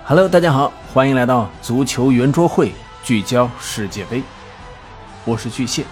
Hello， 大家好，欢迎来到足球圆桌会，聚焦世界杯。我是巨蟹。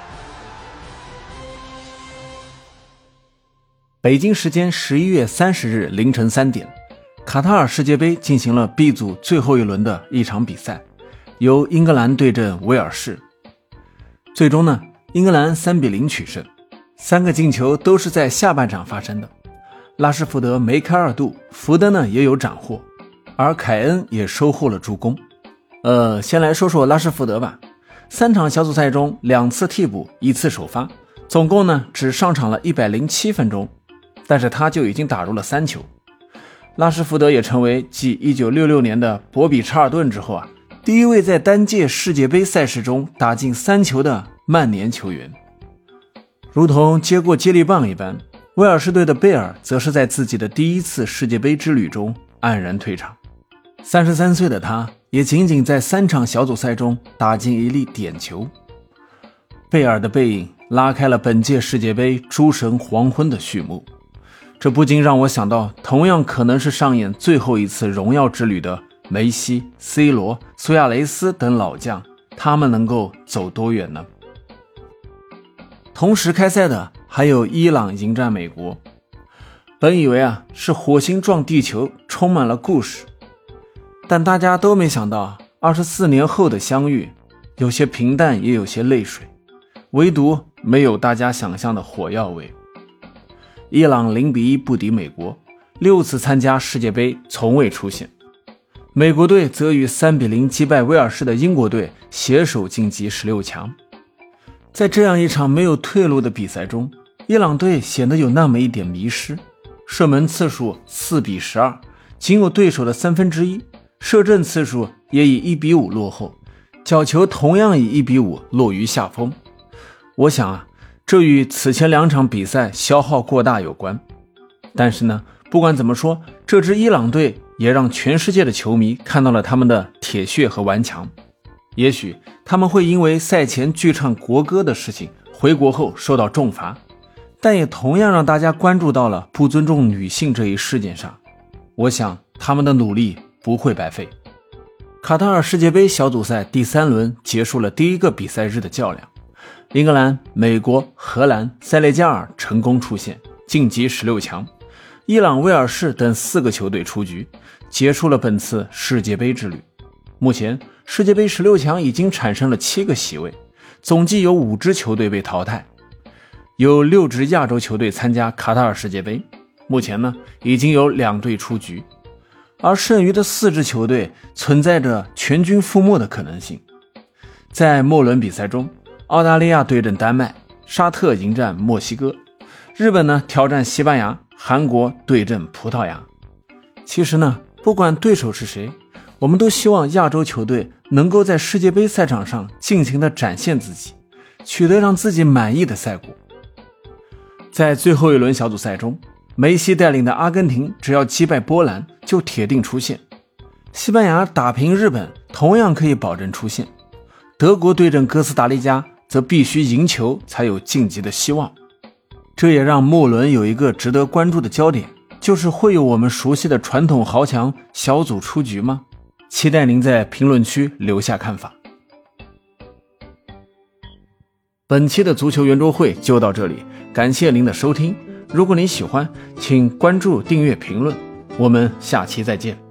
北京时间11月30日凌晨3点，卡塔尔世界杯进行了 B 组最后一轮的一场比赛，由英格兰对阵威尔士。最终呢，英格兰3-0取胜，3个进球都是在下半场发生的。拉什福德梅开二度，福登呢也有斩获，而凯恩也收获了助攻。先来说说拉什福德吧。3场小组赛中2次替补1次首发，总共呢只上场了107分钟，但是他就已经打入了3球。拉什福德也成为继1966年的博比查尔顿之后第一位在单届世界杯赛事中打进3球的曼联球员。如同接过接力棒一般，威尔士队的贝尔则是在自己的第一次世界杯之旅中黯然退场。33岁的他也仅仅在3场小组赛中打进1粒点球。贝尔的背影拉开了本届世界杯诸神黄昏的序幕，这不禁让我想到同样可能是上演最后一次荣耀之旅的梅西、C 罗、苏亚雷斯等老将，他们能够走多远呢？同时开赛的还有伊朗迎战美国。本以为是火星撞地球，充满了故事，但大家都没想到24年后的相遇，有些平淡也有些泪水，唯独没有大家想象的火药味。伊朗0-1不敌美国，6次参加世界杯从未出现。美国队则与3-0击败威尔士的英国队携手晋级16强。在这样一场没有退路的比赛中，伊朗队显得有那么一点迷失，射门次数4-12，仅有对手的1/3，射正次数也以1-5落后，角球同样以1-5落于下风。我想这与此前2场比赛消耗过大有关。但是呢，不管怎么说，这支伊朗队也让全世界的球迷看到了他们的铁血和顽强。也许他们会因为赛前拒唱国歌的事情回国后受到重罚，但也同样让大家关注到了不尊重女性这一事件上。我想他们的努力不会白费。卡塔尔世界杯小组赛第3轮结束了第一个比赛日的较量，英格兰、美国、荷兰、塞内加尔成功出线，晋级16强。伊朗、威尔士等4个球队出局，结束了本次世界杯之旅。目前世界杯16强已经产生了7个席位，总计有5支球队被淘汰。有6支亚洲球队参加卡塔尔世界杯，目前呢已经有2队出局，而剩余的4支球队存在着全军覆没的可能性。在末轮比赛中，澳大利亚对阵丹麦，沙特迎战墨西哥，日本呢挑战西班牙，韩国对阵葡萄牙。其实呢，不管对手是谁，我们都希望亚洲球队能够在世界杯赛场上尽情地展现自己，取得让自己满意的赛果。在最后一轮小组赛中，梅西带领的阿根廷只要击败波兰就铁定出线，西班牙打平日本同样可以保证出线，德国对阵哥斯达黎加则必须赢球才有晋级的希望。这也让末轮有一个值得关注的焦点，就是会有我们熟悉的传统豪强小组出局吗？期待您在评论区留下看法。本期的足球圆桌会就到这里，感谢您的收听。如果您喜欢，请关注、订阅、评论，我们下期再见。